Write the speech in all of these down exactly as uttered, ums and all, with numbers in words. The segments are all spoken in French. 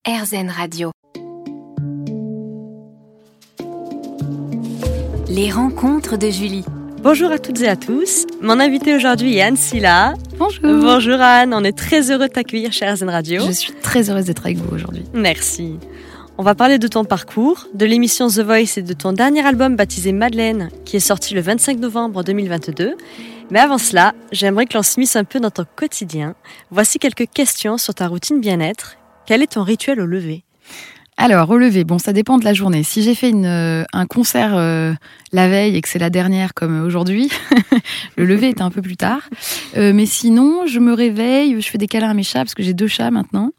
AirZen Radio. Les rencontres de Julie. Bonjour à toutes et à tous. Mon invitée aujourd'hui est Anne Silla. Bonjour. Bonjour Anne, on est très heureux de t'accueillir chez AirZen Radio. Je suis très heureuse d'être avec vous aujourd'hui. Merci. On va parler de ton parcours, de l'émission The Voice et de ton dernier album baptisé Madeleine, qui est sorti le vingt-cinq novembre deux mille vingt-deux. Mais avant cela, j'aimerais que l'on s'immisce un peu dans ton quotidien. Voici quelques questions sur ta routine bien-être. Quel est ton rituel au lever ? Alors, au lever, bon, ça dépend de la journée. Si j'ai fait une, euh, un concert euh, la veille et que c'est la dernière comme aujourd'hui, le lever est un peu plus tard. Euh, mais sinon, je me réveille, je fais des câlins à mes chats, parce que j'ai deux chats maintenant.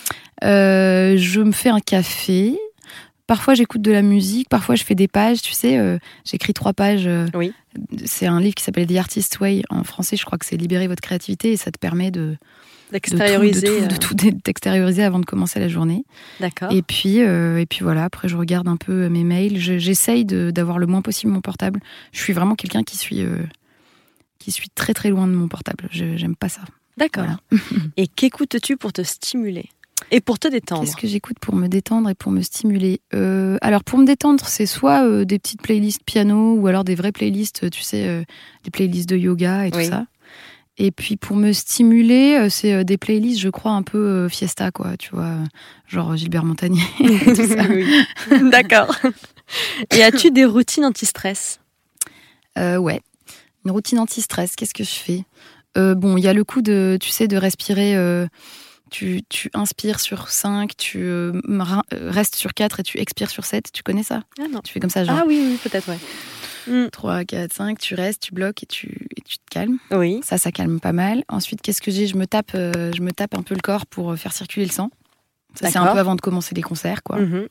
Euh, je me fais un café. Parfois, j'écoute de la musique. Parfois, je fais des pages. Tu sais, euh, j'écris trois pages. Euh, oui. C'est un livre qui s'appelle The Artist's Way. En français, je crois que c'est Libérer votre créativité. Et ça te permet de... D'extérioriser. De tout, de tout, de tout d'extérioriser avant de commencer la journée. D'accord. Et puis, euh, et puis voilà, après je regarde un peu mes mails. Je, j'essaye de, d'avoir le moins possible mon portable. Je suis vraiment quelqu'un qui suis, euh, qui suis très très loin de mon portable. Je, j'aime pas ça. D'accord. Voilà. Et qu'écoutes-tu pour te stimuler ? Et pour te détendre ? Qu'est-ce que j'écoute pour me détendre et pour me stimuler ? euh, Alors pour me détendre, c'est soit euh, des petites playlists piano ou alors des vraies playlists, tu sais, euh, des playlists de yoga et tout oui. ça. Et puis pour me stimuler, c'est des playlists, je crois, un peu fiesta, quoi, tu vois, genre Gilbert Montagnier, tout ça. Oui. D'accord. Et as-tu des routines anti-stress ? euh, Ouais, une routine anti-stress, qu'est-ce que je fais ? euh, Bon, il y a le coup de, tu sais, de respirer, euh, tu, tu inspires sur cinq, tu euh, restes sur quatre et tu expires sur sept, tu connais ça ? Ah non. Tu fais comme ça, genre. Ah oui, oui, peut-être, ouais. trois, quatre, cinq, tu restes, tu bloques et tu, et tu te calmes. Oui. Ça, ça calme pas mal. Ensuite, qu'est-ce que j'ai ? Je me tape, euh, je me tape un peu le corps pour faire circuler le sang. Ça, D'accord. C'est un peu avant de commencer les concerts, quoi. Mm-hmm.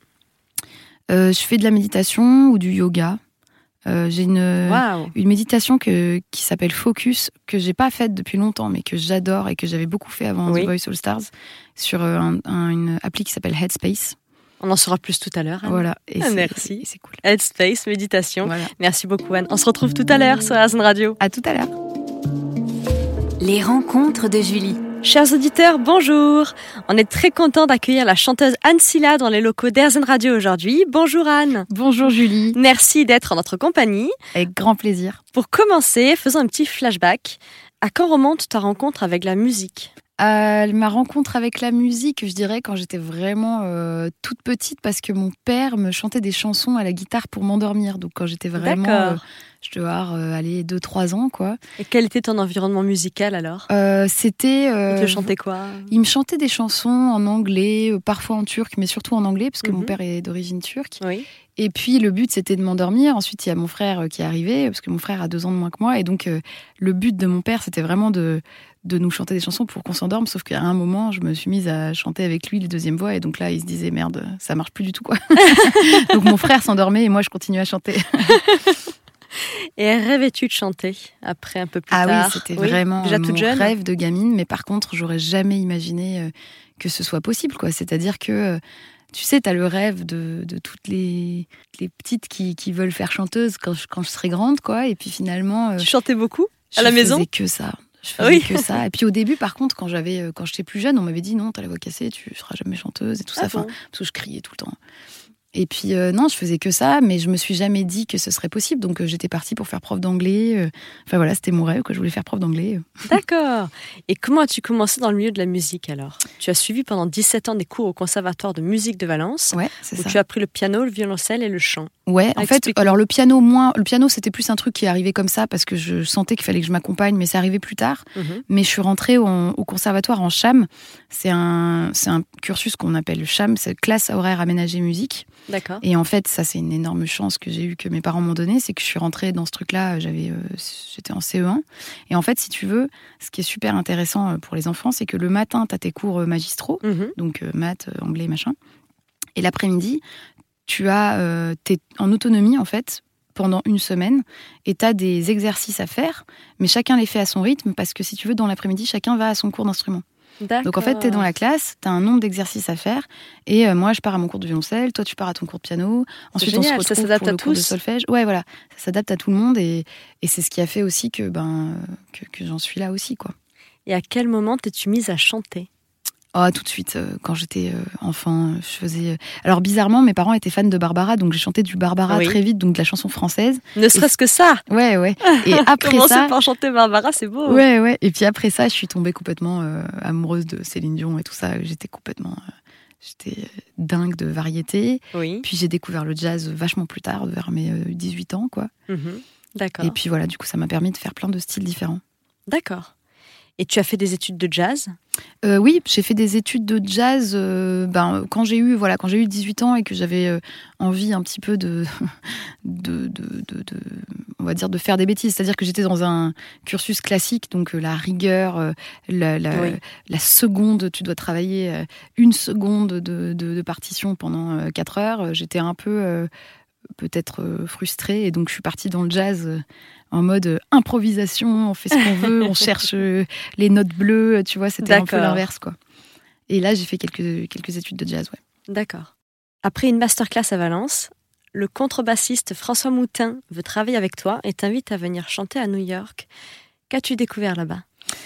Euh, je fais de la méditation ou du yoga. Euh, j'ai une, wow. une méditation que, qui s'appelle Focus, que j'ai pas faite depuis longtemps, mais que j'adore et que j'avais beaucoup fait avant oui. The Voice All Stars, sur un, un, une appli qui s'appelle Headspace. On en saura plus tout à l'heure. Anne. Voilà. Et ah, c'est, merci. Et c'est cool. Headspace, méditation. Voilà. Merci beaucoup, Anne. On se retrouve tout à l'heure sur AirZen Radio. À tout à l'heure. Les rencontres de Julie. Chers auditeurs, bonjour. On est très content d'accueillir la chanteuse Anne Silla dans les locaux d'AirZen Radio aujourd'hui. Bonjour Anne. Bonjour Julie. Merci d'être en notre compagnie. Avec grand plaisir. Pour commencer, faisons un petit flashback. À quand remonte ta rencontre avec la musique ? Euh, ma rencontre avec la musique, je dirais, quand j'étais vraiment euh, toute petite, parce que mon père me chantait des chansons à la guitare pour m'endormir. Donc quand j'étais vraiment, euh, je devais avoir euh, allez, deux trois ans, quoi. Et quel était ton environnement musical alors ? euh, C'était... Euh, il te chantait quoi ? Il me chantait des chansons en anglais, parfois en turc, mais surtout en anglais, parce que mm-hmm. mon père est d'origine turque. Oui. Et puis le but, c'était de m'endormir. Ensuite, il y a mon frère qui est arrivé, parce que mon frère a deux ans de moins que moi. Et donc, euh, le but de mon père, c'était vraiment de... de nous chanter des chansons pour qu'on s'endorme, sauf qu'à un moment, je me suis mise à chanter avec lui les deuxièmes voix, et donc là, il se disait, merde, ça marche plus du tout, quoi. Donc mon frère s'endormait, et moi, je continuais à chanter. Et rêvais-tu de chanter, après, un peu plus ah tard ? Ah oui, c'était oui, vraiment déjà mon toute jeune. Rêve de gamine, mais par contre, j'aurais jamais imaginé euh, que ce soit possible, quoi. C'est-à-dire que... Euh, tu sais, t'as le rêve de, de toutes les, les petites qui, qui veulent faire chanteuse quand je, quand je serai grande, quoi, et puis finalement... Euh, tu chantais beaucoup à la maison ? Je faisais que ça. Je faisais oui. que ça. Et puis au début, par contre, quand j'avais, quand j'étais plus jeune, on m'avait dit non, t'as la voix cassée, tu seras jamais chanteuse et tout ah ça. Bon. Enfin, parce que je criais tout le temps. Et puis euh, non, je faisais que ça, mais je me suis jamais dit que ce serait possible. Donc euh, j'étais partie pour faire prof d'anglais. Euh, enfin voilà, c'était mon rêve, que je voulais faire prof d'anglais. D'accord. Et comment as-tu commencé dans le milieu de la musique alors ? Tu as suivi pendant dix-sept ans des cours au Conservatoire de musique de Valence. Ouais, c'est où ça. Tu as appris le piano, le violoncelle et le chant. Ouais, en fait, alors le piano, moins, le piano, c'était plus un truc qui est arrivé comme ça parce que je sentais qu'il fallait que je m'accompagne, mais c'est arrivé plus tard. Mm-hmm. Mais je suis rentrée au, au conservatoire en CHAM. C'est un, c'est un cursus qu'on appelle CHAM, c'est classe horaire aménagée musique. D'accord. Et en fait, ça, c'est une énorme chance que j'ai eue, que mes parents m'ont donnée, c'est que je suis rentrée dans ce truc-là, j'avais, euh, j'étais en C E un. Et en fait, si tu veux, ce qui est super intéressant pour les enfants, c'est que le matin, tu as tes cours magistraux, mm-hmm. donc euh, maths, anglais, machin. Et l'après-midi, tu as, euh, t'es en autonomie, en fait, pendant une semaine, et tu as des exercices à faire, mais chacun les fait à son rythme, parce que si tu veux, dans l'après-midi, chacun va à son cours d'instrument. D'accord. Donc en fait, tu es dans la classe, tu as un nombre d'exercices à faire, et euh, moi, je pars à mon cours de violoncelle, toi, tu pars à ton cours de piano, ensuite génial, on se retrouve ça s'adapte pour le à cours tous. de solfège. Ouais, voilà, ça s'adapte à tout le monde, et, et c'est ce qui a fait aussi que, ben, que, que j'en suis là aussi, quoi. Et à quel moment t'es-tu mise à chanter ? Oh, tout de suite, euh, quand j'étais euh, enfant, je faisais... Alors, bizarrement, mes parents étaient fans de Barbara, donc j'ai chanté du Barbara oui. très vite, donc de la chanson française. Ne serait-ce que ça. Ouais, ouais. Et après Commencer ça... par chanter Barbara, c'est beau. Ouais, ouais. Et puis après ça, je suis tombée complètement euh, amoureuse de Céline Dion et tout ça. J'étais complètement... Euh, j'étais dingue de variété. Oui. Puis j'ai découvert le jazz vachement plus tard, vers mes euh, dix-huit ans, quoi. Mm-hmm. D'accord. Et puis voilà, du coup, ça m'a permis de faire plein de styles différents. D'accord. Et tu as fait des études de jazz ? euh, Oui, j'ai fait des études de jazz euh, ben, quand j'ai eu voilà, quand j'ai eu dix-huit ans et que j'avais euh, envie un petit peu de, de, de, de, de, on va dire, de faire des bêtises. C'est-à-dire que j'étais dans un cursus classique, donc euh, la rigueur, euh, la, la, oui. la seconde, tu dois travailler euh, une seconde de, de, de partition pendant euh, quatre heures. J'étais un peu... Euh, peut-être euh, frustrée, et donc je suis partie dans le jazz euh, en mode euh, improvisation, on fait ce qu'on veut, on cherche euh, les notes bleues, tu vois, c'était D'accord. un peu l'inverse, quoi. Et là, j'ai fait quelques, quelques études de jazz, ouais. D'accord. Après une masterclass à Valence, le contrebassiste François Moutin veut travailler avec toi et t'invite à venir chanter à New York. Qu'as-tu découvert là-bas ?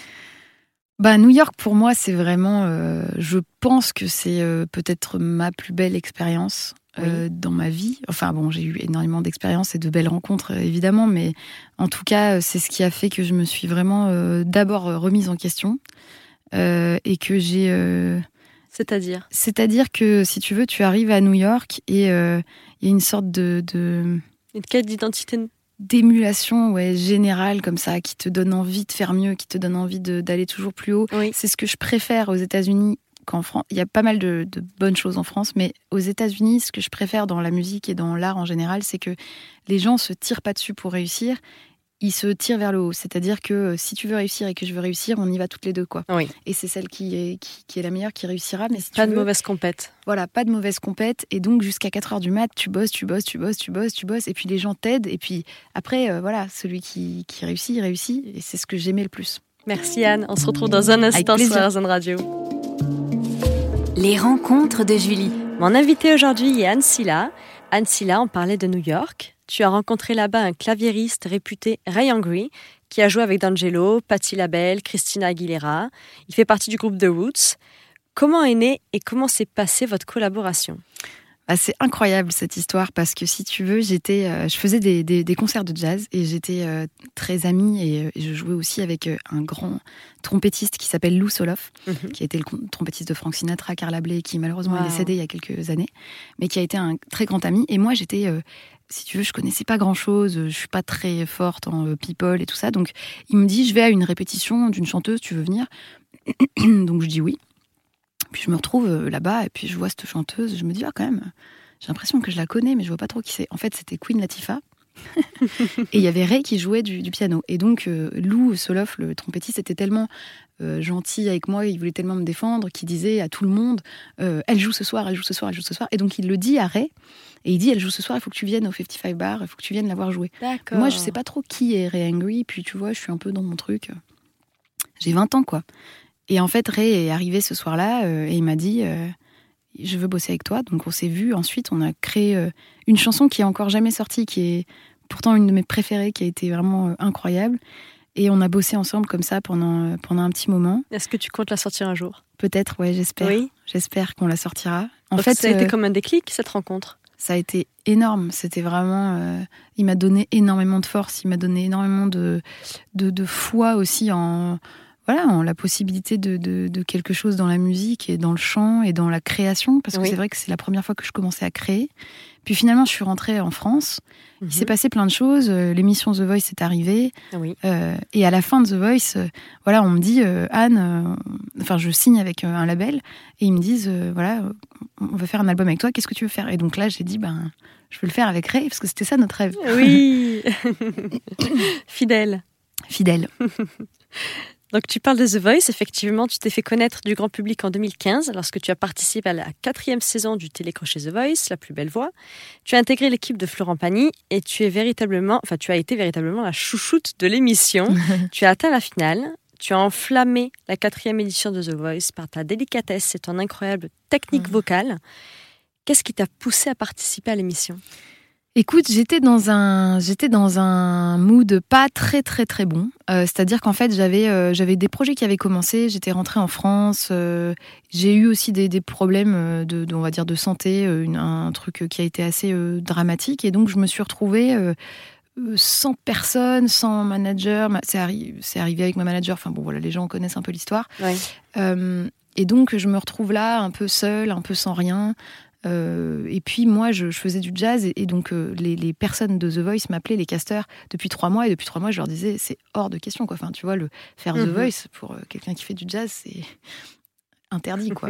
Bah, New York, pour moi, c'est vraiment... Euh, je pense que c'est euh, peut-être ma plus belle expérience. Euh, oui. Dans ma vie. Enfin bon, j'ai eu énormément d'expériences et de belles rencontres, évidemment, mais en tout cas, c'est ce qui a fait que je me suis vraiment euh, d'abord remise en question euh, et que j'ai... Euh... C'est-à-dire ? C'est-à-dire que, si tu veux, tu arrives à New York et il euh, y a une sorte de... de... Une quête d'identité d'émulation ouais, générale comme ça, qui te donne envie de faire mieux, qui te donne envie de, d'aller toujours plus haut. Oui. C'est ce que je préfère aux États-Unis. Qu'en France, il y a pas mal de, de bonnes choses en France, mais aux États-Unis, ce que je préfère dans la musique et dans l'art en général, c'est que les gens se tirent pas dessus pour réussir, ils se tirent vers le haut. C'est-à-dire que si tu veux réussir et que je veux réussir, on y va toutes les deux, quoi. Oui. Et c'est celle qui est, qui, qui est la meilleure qui réussira. Mais si pas tu de veux, mauvaise compète. Voilà, pas de mauvaise compète. Et donc jusqu'à quatre heures du mat, tu bosses, tu bosses, tu bosses, tu bosses, tu bosses, et puis les gens t'aident. Et puis après, euh, voilà, celui qui, qui réussit, il réussit. Et c'est ce que j'aimais le plus. Merci Anne. On se retrouve dans un instant sur R Z N Radio. Les rencontres de Julie. Mon invitée aujourd'hui est Anne Silla. Anne Silla, on parlait de New York. Tu as rencontré là-bas un claviériste réputé, Ray Angry, qui a joué avec D'Angelo, Patti LaBelle, Christina Aguilera. Il fait partie du groupe The Roots. Comment est née et comment s'est passée votre collaboration ? Ah, c'est incroyable cette histoire parce que si tu veux, j'étais, euh, je faisais des, des, des concerts de jazz et j'étais euh, très amie et, et je jouais aussi avec euh, un grand trompettiste qui s'appelle Lou Soloff, mm-hmm. qui a été le trompettiste de Frank Sinatra, Carla Bley, qui malheureusement wow. est décédé il y a quelques années, mais qui a été un très grand ami. Et moi, j'étais, euh, si tu veux, je connaissais pas grand-chose, je suis pas très forte en euh, people et tout ça. Donc, il me dit, je vais à une répétition d'une chanteuse, tu veux venir ? Donc, je dis oui. Puis je me retrouve là-bas et puis je vois cette chanteuse, je me dis ah quand même, j'ai l'impression que je la connais mais je vois pas trop qui c'est. En fait c'était Queen Latifah et il y avait Ray qui jouait du, du piano. Et donc euh, Lou Soloff, le trompettiste, était tellement euh, gentil avec moi, il voulait tellement me défendre qu'il disait à tout le monde euh, elle joue ce soir, elle joue ce soir, elle joue ce soir. Et donc il le dit à Ray et il dit elle joue ce soir, il faut que tu viennes au cinquante-cinq bar, il faut que tu viennes la voir jouer. D'accord. Moi je sais pas trop qui est Ray Angry, puis tu vois je suis un peu dans mon truc. J'ai vingt ans quoi. Et en fait, Ray est arrivé ce soir-là euh, et il m'a dit euh, « Je veux bosser avec toi ». Donc on s'est vus. Ensuite, on a créé euh, une chanson qui est encore jamais sortie, qui est pourtant une de mes préférées, qui a été vraiment euh, incroyable. Et on a bossé ensemble comme ça pendant, euh, pendant un petit moment. Est-ce que tu comptes la sortir un jour ? Peut-être, ouais, j'espère. Oui. J'espère qu'on la sortira. En Donc fait, ça a été euh, comme un déclic, cette rencontre ? Ça a été énorme. C'était vraiment... Euh, il m'a donné énormément de force. Il m'a donné énormément de, de, de foi aussi en... Voilà, en la possibilité de, de, de quelque chose dans la musique et dans le chant et dans la création, parce que oui. c'est vrai que c'est la première fois que je commençais à créer. Puis finalement, je suis rentrée en France. Mm-hmm. Il s'est passé plein de choses. L'émission The Voice est arrivée. Oui. Euh, et à la fin de The Voice, euh, voilà, on me dit, euh, Anne, euh, enfin, je signe avec euh, un label, et ils me disent, euh, voilà, on va faire un album avec toi, qu'est-ce que tu veux faire ? Et donc là, j'ai dit, ben, je veux le faire avec Ray, parce que c'était ça notre rêve. Oui. Fidèle. Fidèle. Donc tu parles de The Voice, effectivement, tu t'es fait connaître du grand public en deux mille quinze lorsque tu as participé à la quatrième saison du télécrochet The Voice, La plus belle voix. Tu as intégré l'équipe de Florent Pagny et tu es véritablement, enfin tu as été véritablement la chouchoute de l'émission. Tu as atteint la finale, tu as enflammé la quatrième édition de The Voice par ta délicatesse et ton incroyable technique vocale. Qu'est-ce qui t'a poussé à participer à l'émission ? Écoute, j'étais dans un, j'étais dans un mood pas très très très bon. Euh, c'est-à-dire qu'en fait, j'avais, euh, j'avais des projets qui avaient commencé. J'étais rentrée en France. Euh, j'ai eu aussi des, des problèmes de, de, on va dire, de santé, euh, une, un truc qui a été assez euh, dramatique. Et donc, je me suis retrouvée euh, sans personne, sans manager. C'est, arri- c'est arrivé avec ma manager. Enfin bon, voilà, les gens connaissent un peu l'histoire. Ouais. Euh, et donc, je me retrouve là, un peu seule, un peu sans rien. Euh, et puis moi, je, je faisais du jazz et, et donc euh, les, les personnes de The Voice m'appelaient, les casteurs, depuis trois mois. Et depuis trois mois, je leur disais, c'est hors de question, quoi. Enfin, tu vois, le faire mm-hmm. The Voice pour euh, quelqu'un qui fait du jazz, c'est interdit, quoi.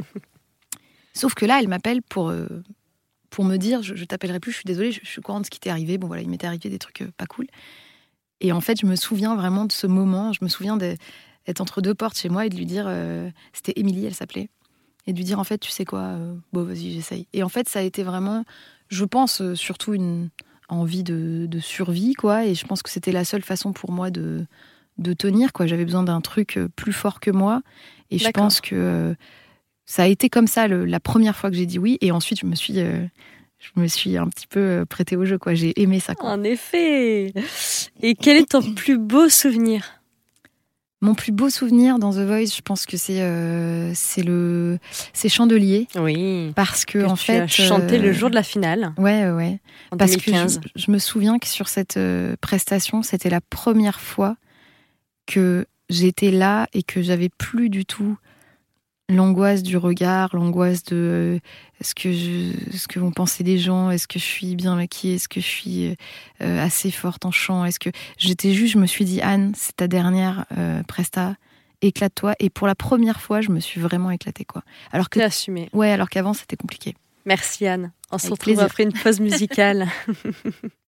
Sauf que là, elle m'appelle pour euh, pour me dire, je, je t'appellerai plus. Je suis désolée, je, je suis au courant de ce qui t'est arrivé. Bon voilà, il m'était arrivé des trucs euh, pas cool. Et en fait, je me souviens vraiment de ce moment. Je me souviens d'être entre deux portes chez moi et de lui dire, euh, c'était Émilie, elle s'appelait. Et de lui dire, en fait, tu sais quoi, euh, bon, vas-y, j'essaye. Et en fait, ça a été vraiment, je pense, euh, surtout une envie de, de survie, quoi. Et je pense que c'était la seule façon pour moi de, de tenir, quoi. J'avais besoin d'un truc plus fort que moi. Et je D'accord. pense que euh, ça a été comme ça le, la première fois que j'ai dit oui. Et ensuite, je me suis, euh, je me suis un petit peu prêtée au jeu, quoi. J'ai aimé ça, quoi. En effet. Et quel est ton plus beau souvenir ? Mon plus beau souvenir dans The Voice, je pense que c'est euh, c'est le c'est Chandelier. Oui. Parce que, que en tu fait, as chanté euh, le jour de la finale. Ouais, ouais. En parce deux mille quinze. que je, je me souviens que sur cette euh, prestation, c'était la première fois que j'étais là et que j'avais plus du tout l'angoisse du regard, l'angoisse de euh, est-ce que je, ce que vont penser les gens, est-ce que je suis bien maquillée, est-ce que je suis euh, assez forte en chant, est-ce que j'étais juste, je me suis dit Anne, c'est ta dernière euh, presta, éclate-toi. Et pour la première fois, je me suis vraiment éclatée, quoi. Alors que t'as assumé. Ouais, alors qu'avant c'était compliqué. Merci Anne. On se Avec retrouve plaisir. après une pause musicale.